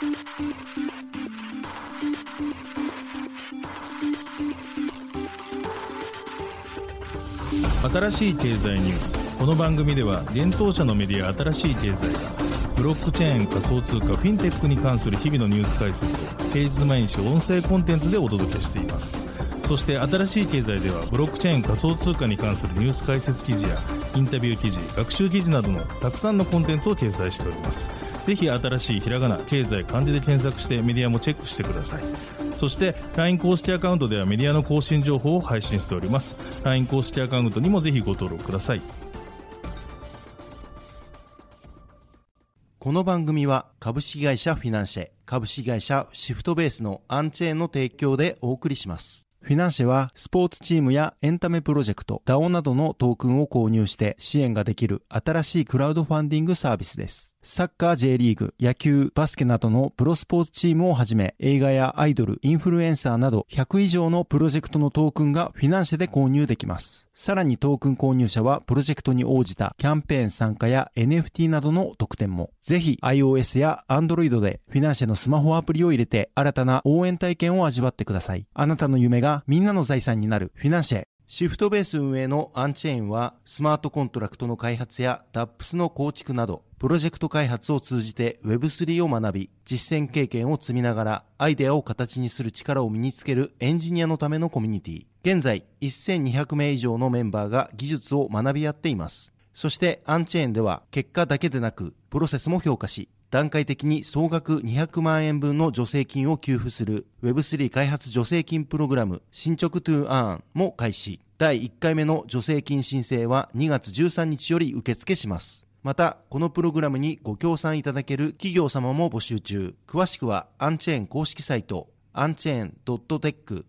新しい経済ニュース。この番組では現当社のメディア新しい経済がブロックチェーン、仮想通貨、フィンテックに関する日々のニュース解説を平日毎日音声コンテンツでお届けしています。そして新しい経済ではブロックチェーン、仮想通貨に関するニュース解説記事やインタビュー記事、学習記事などのたくさんのコンテンツを掲載しております。ぜひ新しいひらがな、経済、漢字で検索してメディアもチェックしてください。そして LINE 公式アカウントではメディアの更新情報を配信しております。 LINE 公式アカウントにもぜひご登録ください。 この番組は株式会社フィナンシェ、株式会社シフトベースのアンチェーンの提供でお送りします。フィナンシェはスポーツチームやエンタメプロジェクト、DAO などのトークンを購入して支援ができる新しいクラウドファンディングサービスです。サッカー J リーグ、野球、バスケなどのプロスポーツチームをはじめ、映画やアイドル、インフルエンサーなど100以上のプロジェクトのトークンがフィナンシェで購入できます。さらにトークン購入者はプロジェクトに応じたキャンペーン参加や NFT などの特典も。ぜひ iOS や Android でフィナンシェのスマホアプリを入れて新たな応援体験を味わってください。あなたの夢がみんなの財産になるフィナンシェ。シフトベース運営のアンチェーンはスマートコントラクトの開発や DApps の構築などプロジェクト開発を通じて Web3 を学び、実践経験を積みながらアイデアを形にする力を身につけるエンジニアのためのコミュニティ。現在1200名以上のメンバーが技術を学び合っています。そしてアンチェーンでは結果だけでなくプロセスも評価し、段階的に総額200万円分の助成金を給付する Web3 開発助成金プログラム進捗 to Earn も開始。第1回目の助成金申請は2月13日より受付します。また、このプログラムにご協賛いただける企業様も募集中。詳しくはアンチェーン公式サイト unchain.tech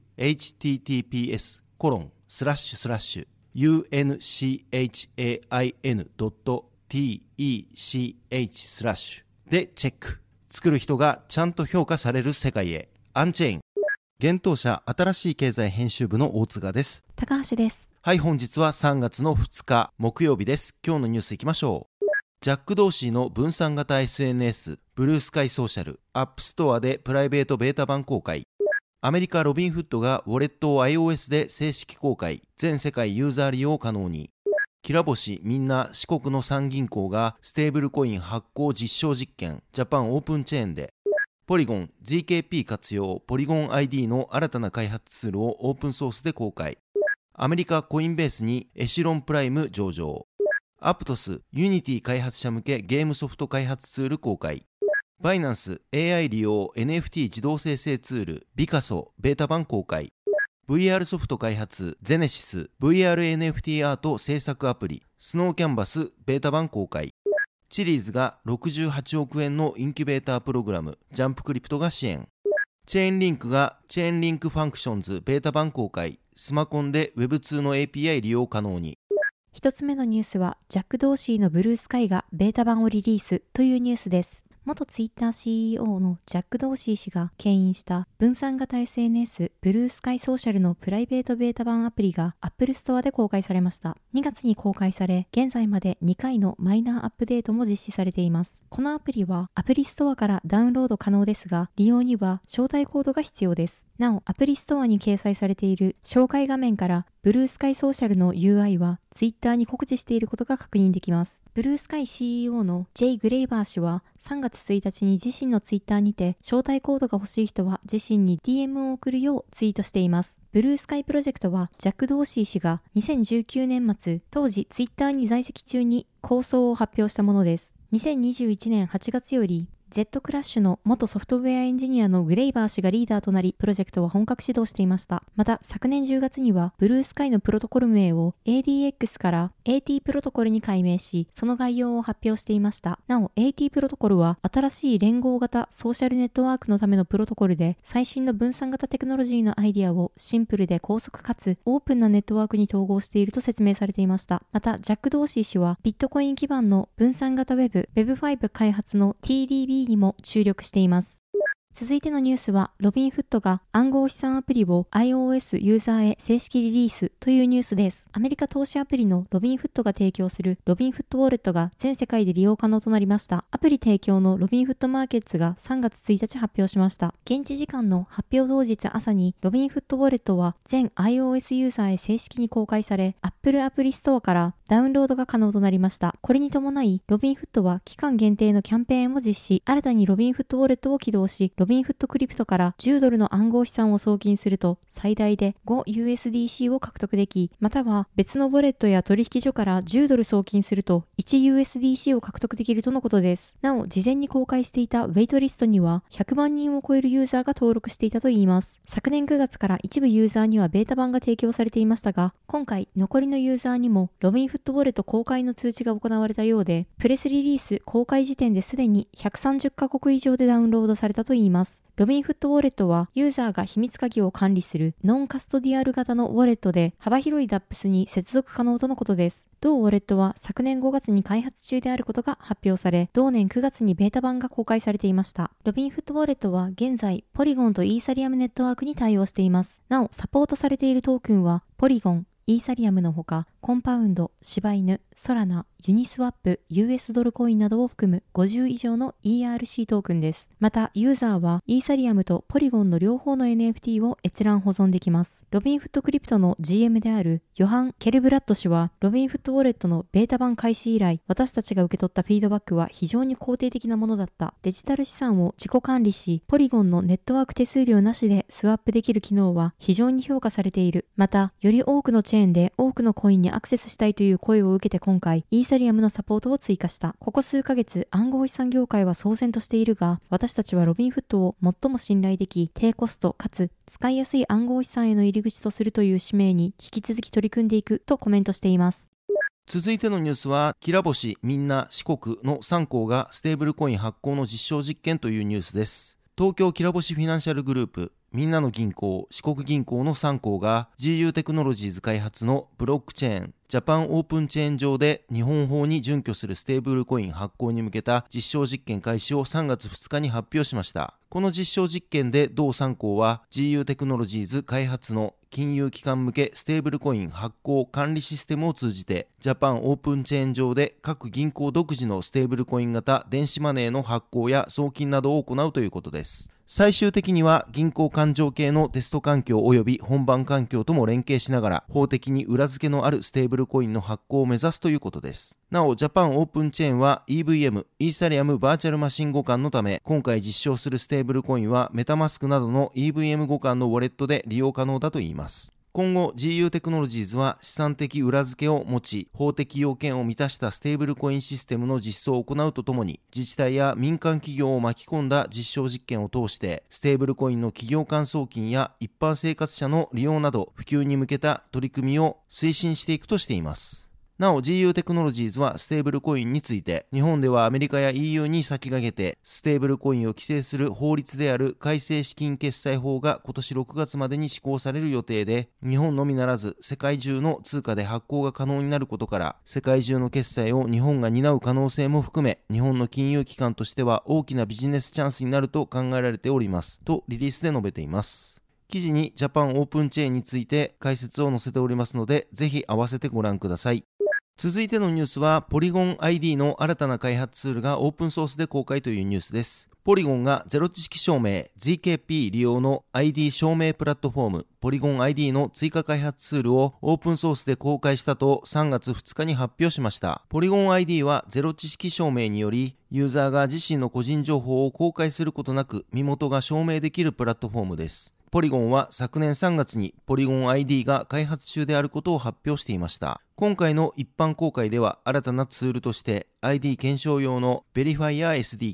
https://unchain.tech/ でチェック。作る人がちゃんと評価される世界へ。アンチェーン。現当社新しい経済編集部の大塚です。 高橋です。 はい、本日は3月の2日木曜日です。今日のニュースいきましょう。ジャック・ドーシーの分散型 SNS ブルースカイソーシャルアップストアでプライベートベータ版公開。アメリカロビンフッドがウォレットを iOS で正式公開。全世界ユーザー利用可能に。きらぼしみんな四国の3銀行がステーブルコイン発行実証実験。ジャパンオープンチェーンで。ポリゴン ZKP 活用ポリゴン ID の新たな開発ツールをオープンソースで公開。アメリカコインベースにエシロンプライム上場。アプトスユニティ開発者向けゲームソフト開発ツール公開。バイナンス AI 利用 NFT 自動生成ツールビカソベータ版公開。 VR ソフト開発ゼネシス VRNFT アート制作アプリスノーキャンバスベータ版公開。チリーズが68億円のインキュベータープログラムジャンプクリプトが支援。チェーンリンクがチェーンリンクファンクションズベータ版公開。スマコンで Web2 の API 利用可能に。 一つ目のニュースはジャック・ドーシーのブルースカイがベータ版をリリースというニュースです。元ツイッター CEO のジャック・ドーシー氏が牽引した分散型 SNS ブルースカイソーシャルのプライベートベータ版アプリが Apple Store で公開されました。2月に公開され、現在まで2回のマイナーアップデートも実施されています。このアプリはアプリストアからダウンロード可能ですが、利用には招待コードが必要です。なお、アプリストアに掲載されている紹介画面からブルースカイソーシャルの UI はツイッターに告示していることが確認できます。ブルースカイ CEO の J. グレイバー氏は3月1日に自身のツイッターにて招待コードが欲しい人は自身に DM を送るようツイートしています。ブルースカイプロジェクトはジャック・ドーシー氏が2019年末、当時ツイッターに在籍中に構想を発表したものです。2021年8月よりZ クラッシュの元ソフトウェアエンジニアのグレイバー氏がリーダーとなり、プロジェクトは本格始動していました。また、昨年10月には、ブルースカイのプロトコル名を ADX から AT プロトコルに改名し、その概要を発表していました。なお、AT プロトコルは、新しい連合型ソーシャルネットワークのためのプロトコルで、最新の分散型テクノロジーのアイデアをシンプルで高速かつオープンなネットワークに統合していると説明されていました。また、ジャック・ドーシー氏は、ビットコイン基盤の分散型Web5 開発の TDB にも注力しています。 続いてのニュースは、ロビンフットが暗号資産アプリを iOS ユーザーへ正式リリースというニュースです。アメリカ投資アプリのロビンフットが提供するロビンフットウォレットが全世界で利用可能となりました。アプリ提供のロビンフットマーケッツが3月1日発表しました。現地時間の発表当日朝にロビンフットウォレットは全 iOS ユーザーへ正式に公開され、Apple アプリストアからダウンロードが可能となりました。これに伴い、ロビンフットは期間限定のキャンペーンを実施、新たにロビンフットウォレットを起動し、ロビンフットクリプトから$10の暗号資産を送金すると最大で 5USDC を獲得でき、または別のウォレットや取引所から$10送金すると 1USDC を獲得できるとのことです。なお、事前に公開していたウェイトリストには100万人を超えるユーザーが登録していたといいます。昨年9月から一部ユーザーにはベータ版が提供されていましたが、今回残りのユーザーにもロビンフットウォレット公開の通知が行われたようで、プレスリリース公開時点ですでに130カ国以上でダウンロードされたといいます。ロビンフットウォレットはユーザーが秘密鍵を管理するノンカストディアル型のウォレットで、幅広い DApps に接続可能とのことです。同ウォレットは昨年5月に開発中であることが発表され、同年9月にベータ版が公開されていました。ロビンフットウォレットは現在ポリゴンとイーサリアムネットワークに対応しています。なお、サポートされているトークンはポリゴン、イーサリアムのほか、コンパウンド、柴犬、ソラナ、ユニスワップ、US ドルコインなどを含む50以上の ERC トークンです。また、ユーザーはイーサリアムとポリゴンの両方の NFT を閲覧保存できます。ロビンフットクリプトの GM であるヨハン・ケルブラッド氏は、ロビンフットウォレットのベータ版開始以来、私たちが受け取ったフィードバックは非常に肯定的なものだった。デジタル資産を自己管理し、ポリゴンのネットワーク手数料なしでスワップできる機能は非常に評価されている。また、より多くのチェーンで多くのコインにアクセスしたいという声を受けて今回、イーサリアムのサポートを追加した。ここ数ヶ月、暗号資産業界は騒然としているが、私たちはロビンフットを最も信頼でき、低コストかつ使いやすい暗号資産への入り口とするという使命に引き続き取り組んでいくとコメントしています。 続いてのニュースは、きらぼし、みんな、四国の3行がステーブルコイン発行の実証実験というニュースです。東京きらぼしフィナンシャルグループ、みんなの銀行、四国銀行の3行が GU テクノロジーズ開発のブロックチェーン、ジャパンオープンチェーン上で日本法に準拠するステーブルコイン発行に向けた実証実験開始を3月2日に発表しました。この実証実験で同3行は GU テクノロジーズ開発の金融機関向けステーブルコイン発行管理システムを通じてジャパンオープンチェーン上で各銀行独自のステーブルコイン型電子マネーの発行や送金などを行うということです。最終的には銀行勘定系のテスト環境及び本番環境とも連携しながら法的に裏付けのあるステーブルコインの発行を目指すということです。なお、ジャパンオープンチェーンは EVM、イーサリアムバーチャルマシン互換のため、今回実証するステーブルコインはメタマスクなどの EVM 互換のウォレットで利用可能だといいます。今後 GU テクノロジーズは資産的裏付けを持ち、法的要件を満たしたステーブルコインシステムの実装を行うとともに、自治体や民間企業を巻き込んだ実証実験を通して、ステーブルコインの企業間送金や一般生活者の利用など普及に向けた取り組みを推進していくとしています。なお GU テクノロジーズはステーブルコインについて、日本ではアメリカや EU に先駆けてステーブルコインを規制する法律である改正資金決済法が今年6月までに施行される予定で、日本のみならず世界中の通貨で発行が可能になることから、世界中の決済を日本が担う可能性も含め、日本の金融機関としては大きなビジネスチャンスになると考えられておりますとリリースで述べています。記事にジャパンオープンチェーンについて解説を載せておりますので、ぜひ合わせてご覧ください。続いてのニュースは、ポリゴン ID の新たな開発ツールがオープンソースで公開というニュースです。ポリゴンがゼロ知識証明 ZKP 利用の ID 証明プラットフォームポリゴン ID の追加開発ツールをオープンソースで公開したと3月2日に発表しました。ポリゴン ID はゼロ知識証明により、ユーザーが自身の個人情報を公開することなく身元が証明できるプラットフォームです。ポリゴンは昨年3月にポリゴン ID が開発中であることを発表していました。今回の一般公開では新たなツールとして ID 検証用のベリファイア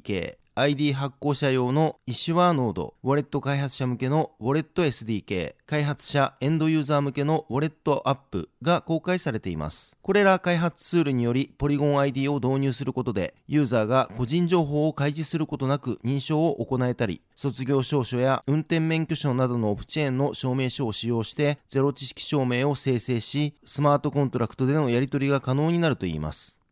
SDK、ID 発行者用のイシュアーノード、ウォレット開発者向けのウォレット SDK、開発者エンドユーザー向けのウォレットアップが公開されています。これら開発ツールによりポリゴン ID を導入することで、ユーザーが個人情報を開示することなく認証を行えたり、卒業証書や運転免許証などのオフチェーンの証明書を使用してゼロ知識証明を生成し、スマートコントラクトでのやり取りが可能になるといいます。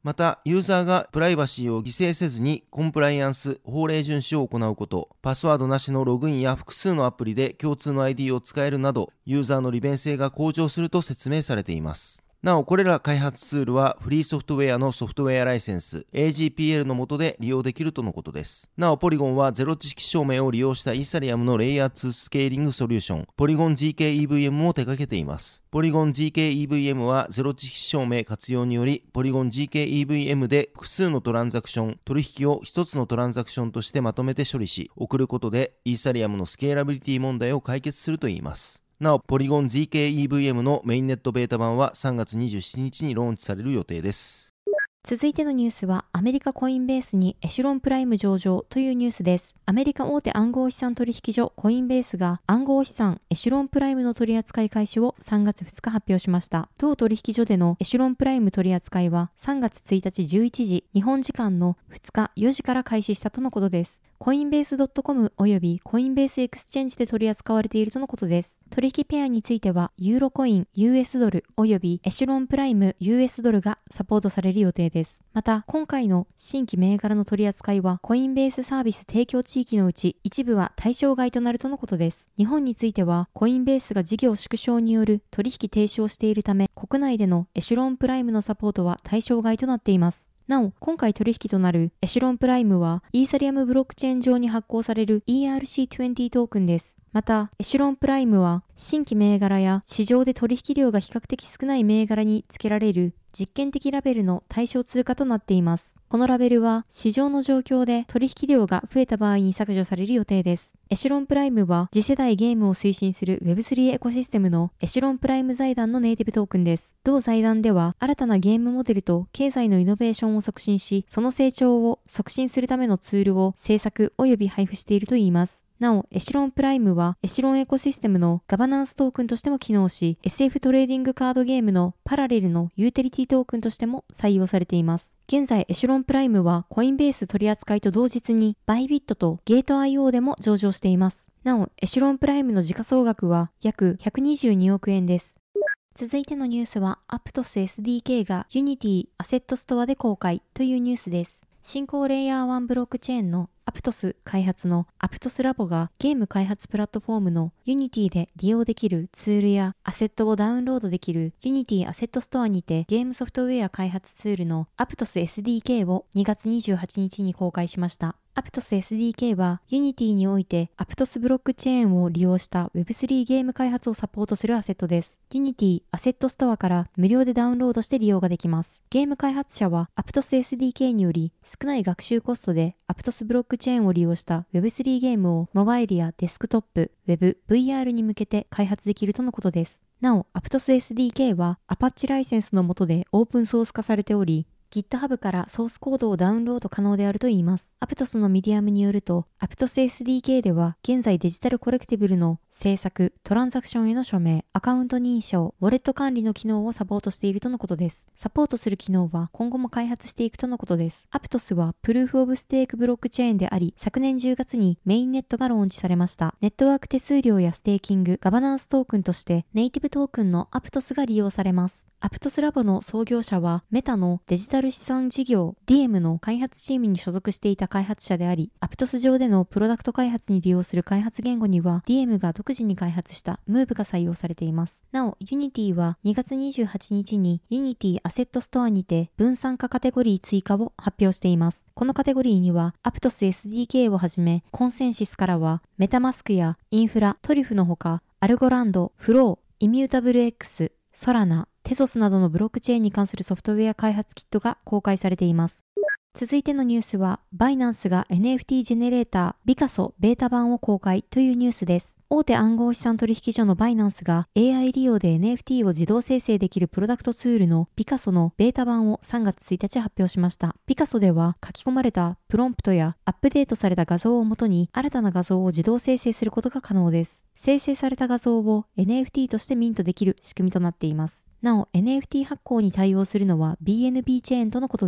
また、ユーザーがプライバシーを犠牲せずにコンプライアンス、法令遵守を行うこと、パスワードなしのログインや複数のアプリで共通の ID を使えるなど、ユーザーの利便性が向上すると説明されています。なお、これら開発ツールはフリーソフトウェアのソフトウェアライセンス AGPL の下で利用できるとのことです。なお、ポリゴンはゼロ知識証明を利用したイーサリアムのレイヤー2スケーリングソリューション、ポリゴン GKEVM を手掛けています。ポリゴン GKEVM はゼロ知識証明活用により、ポリゴン GKEVM で複数のトランザクション、取引を一つのトランザクションとしてまとめて処理し、送ることでイーサリアムのスケーラビリティ問題を解決するといいます。なお、ポリゴン GKEVM のメインネットベータ版は3月27日にローンチされる予定です。 続いてのニュースは、アメリカコインベースにエシュロンプライム上場というニュースです。アメリカ大手暗号資産取引所コインベースが暗号資産エシュロンプライムの取扱い開始を3月2日発表しました。同取引所でのエシュロンプライム取扱いは3月1日11時、日本時間の2日4時から開始したとのことです。コインベース .com およびコインベースエクスチェンジで取り扱われているとのことです。取引ペアについては、ユーロコイン US ドルおよびエシュロンプライム US ドルがサポートされる予定です。また、今回の新規銘柄の取り扱いは、コインベースサービス提供地域のうち一部は対象外となるとのことです。日本については、コインベースが事業縮小による取引停止をしているため、国内でのエシュロンプライムのサポートは対象外となっています。なお、今回取引となるエシュロンプライムは、イーサリアムブロックチェーン上に発行される ERC20 トークンです。また、エシュロンプライムは、新規銘柄や市場で取引量が比較的少ない銘柄に付けられる実験的ラベルの対象通貨となっています。このラベルは、市場の状況で取引量が増えた場合に削除される予定です。エシュロンプライムは、次世代ゲームを推進する Web3 エコシステムのエシュロンプライム財団のネイティブトークンです。同財団では、新たなゲームモデルと経済のイノベーションを促進し、その成長を促進するためのツールを制作及び配布しているといいます。なお、エシュロンプライムはエシュロンエコシステムのガバナンストークンとしても機能し、SF トレーディングカードゲームのパラレルのユーティリティトークンとしても採用されています。現在、エシュロンプライムはコインベース取扱いと同日にバイビットとゲート IO でも上場しています。なお、エシュロンプライムの時価総額は約122億円です。続いてのニュースは、アプトス SDK が Unity アセットストアで公開というニュースです。新興レイヤー1ブロックチェーンのアプトス開発のアプトスラボがゲーム開発プラットフォームの Unity で利用できるツールやアセットをダウンロードできる Unity アセットストアにてゲームソフトウェア開発ツールのアプトス SDK を2月28日に公開しました。アプトス SDK は Unity においてアプトスブロックチェーンを利用した Web3 ゲーム開発をサポートするアセットです。Unity アセットストアから無料でダウンロードして利用ができます。ゲーム開発者はアプトス SDK により少ない学習コストでアプトスブロックチェーンを利用した Web3 ゲームをモバイルやデスクトップ、Web、VR に向けて開発できるとのことです。なお、アプトス SDK は Apache ライセンスの下でオープンソース化されており、GitHub からソースコードをダウンロード可能であるといいます。アプトスのミディアムによると、アプトス SDK では現在デジタルコレクティブルの制作、トランザクションへの署名、アカウント認証、ウォレット管理の機能をサポートしているとのことです。サポートする機能は今後も開発していくとのことです。アプトスはプルーフオブステークブロックチェーンであり、昨年10月にメインネットがローンチされました。ネットワーク手数料やステーキング、ガバナンストークンとしてネイティブトークンのアプトスが利用されます。アプトスラボの創業者はメタのデジタル資産事業 DM の開発チームに所属していた開発者であり、アプトス上でのプロダクト開発に利用する開発言語には DM が独自に開発したムーブが採用されています。なお、Unity は2月28日に Unity アセットストアにて分散化カテゴリー追加を発表しています。このカテゴリーにはアプトス SDK をはじめ、コンセンシスからはメタマスクやインフラ、トリュフのほか、アルゴランド、フロー、イミュータブル X、ソラナ、テソスなどのブロックチェーンに関するソフトウェア開発キットが公開されています。続いてのニュースは、バイナンスが NFT ジェネレータービカソベータ版を公開というニュースです。大手暗号資産取引所のバイナンスが AI 利用で NFT を自動生成できるプロダクトツールのビカソのベータ版を3月1日発表しました。ビカソでは書き込まれたプロンプトやアップデートされた画像をもとに新たな画像を自動生成することが可能です。生成された画像を NFT としてミントできる仕組みとなっています。なお、NFT 発行に対応するのは BNB チェーンとのことです。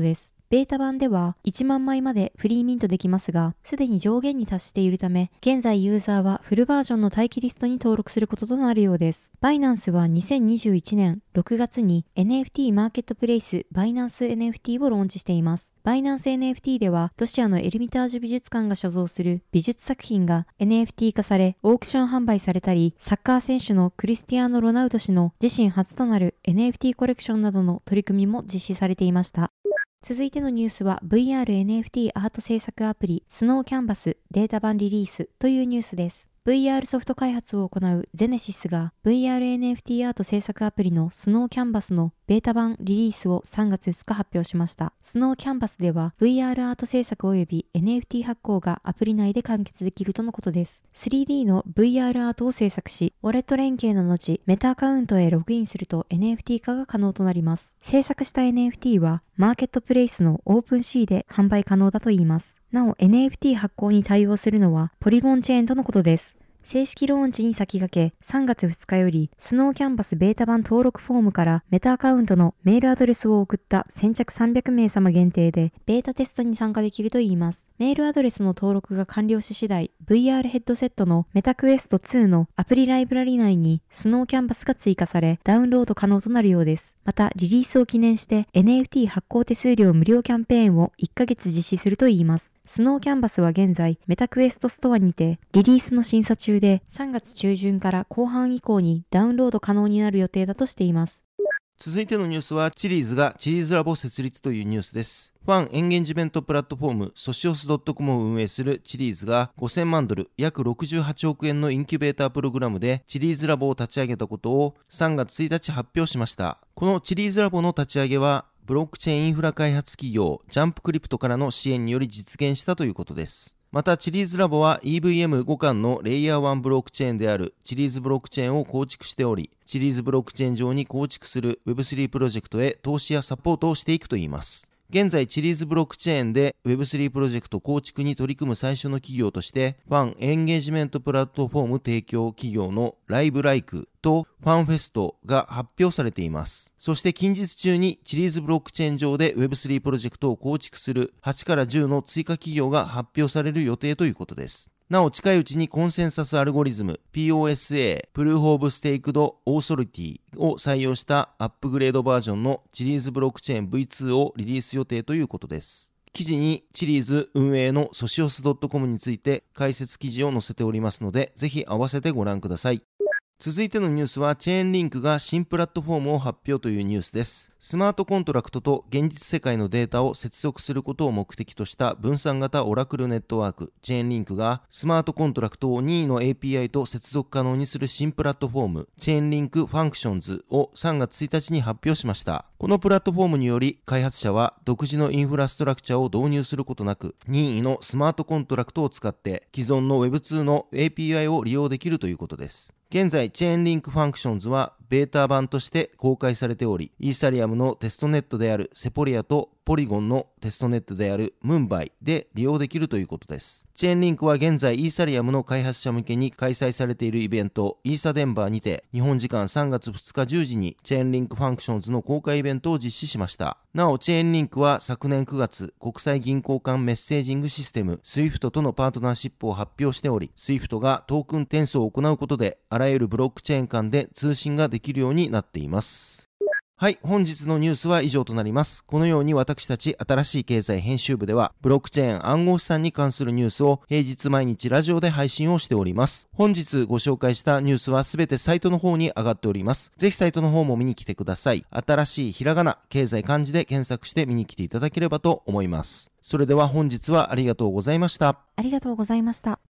ベータ版では1万枚までフリーミントできますが、すでに上限に達しているため、現在ユーザーはフルバージョンの待機リストに登録することとなるようです。バイナンスは2021年6月に NFT マーケットプレイスバイナンス NFT をローンチしています。バイナンス NFT では、ロシアのエルミタージュ美術館が所蔵する美術作品が NFT 化され、オークション販売されたり、サッカー選手のクリスティアーノ・ロナウド氏の自身初となる NFT コレクションなどの取り組みも実施されていました。続いてのニュースは VR-NFT アート制作アプリスノーキャンバスデータ版リリースというニュースです。VR ソフト開発を行うゼネシスが VR-NFT アート制作アプリのスノーキャンバスのベータ版リリースを3月2日発表しました。スノーキャンバスでは VR アート制作及び NFT 発行がアプリ内で完結できるとのことです。3D の VR アートを制作し、ウォレット連携の後、メタアカウントへログインすると NFT 化が可能となります。制作した NFT はマーケットプレイスのオープンシーで販売可能だといいます。なお NFT 発行に対応するのはポリゴンチェーンとのことです。正式ローンチに先駆け、3月2日より、スノーキャンバスベータ版登録フォームからメタアカウントのメールアドレスを送った先着300名様限定で、ベータテストに参加できるといいます。メールアドレスの登録が完了し次第、VR ヘッドセットのメタクエスト2のアプリライブラリ内にスノーキャンバスが追加され、ダウンロード可能となるようです。また、リリースを記念して NFT 発行手数料無料キャンペーンを1ヶ月実施するといいます。スノーキャンバスは現在、メタクエストストアにてリリースの審査中で、3月中旬から後半以降にダウンロード可能になる予定だとしています。 続いてのニュースは、チリーズがチリーズラボ設立というニュースです。ファンエンゲージメントプラットフォームソシオス .com を運営するチリーズが5000万ドル約68億円のインキュベータープログラムでチリーズラボを立ち上げたことを3月1日発表しました。このチリーズラボの立ち上げはブロックチェーンインフラ開発企業ジャンプクリプトからの支援により実現したということです。またチリーズラボは EVM 互換のレイヤー1ブロックチェーンであるチリーズブロックチェーンを構築しており、チリーズブロックチェーン上に構築する Web3 プロジェクトへ投資やサポートをしていくといいます。現在チリーズブロックチェーンで Web3 プロジェクト構築に取り組む最初の企業としてファンエンゲージメントプラットフォーム提供企業のライブライクとファンフェストが発表されています。そして近日中にチリーズブロックチェーン上で Web3 プロジェクトを構築する8から10の追加企業が発表される予定ということです。なお近いうちにコンセンサスアルゴリズム POSA プルーフオブステークドオーソリティを採用したアップグレードバージョンのチリーズブロックチェーン V2 をリリース予定ということです。記事にチリーズ運営のソシオス .com について解説記事を載せておりますので、ぜひ合わせてご覧ください。続いてのニュースはチェーンリンクが新プラットフォームを発表というニュースです。スマートコントラクトと現実世界のデータを接続することを目的とした分散型オラクルネットワークチェーンリンクがスマートコントラクトを任意の API と接続可能にする新プラットフォームチェーンリンクファンクションズを3月1日に発表しました。このプラットフォームにより開発者は独自のインフラストラクチャを導入することなく任意のスマートコントラクトを使って既存の Web2 の API を利用できるということです。現在チェーンリンクファンクションズはベータ版として公開されており、イーサリアムのテストネットであるセポリアとポリゴンのテストネットであるムンバイで利用できるということです。チェーンリンクは現在イーサリアムの開発者向けに開催されているイベントイーサデンバーにて日本時間3月2日10時にチェーンリンクファンクションズの公開イベントを実施しました。なおチェーンリンクは昨年9月国際銀行間メッセージングシステム SWIFT とのパートナーシップを発表しており、 SWIFT がトークン転送を行うことであらゆるブロックチェーン間で通信ができるようになっています。はい、本日のニュースは以上となります。このように私たち新しい経済編集部ではブロックチェーン暗号資産に関するニュースを平日毎日ラジオで配信をしております。本日ご紹介したニュースはすべてサイトの方に上がっております。ぜひサイトの方も見に来てください。新しいひらがな、経済漢字で検索して見に来ていただければと思います。それでは本日はありがとうございました。 ありがとうございました。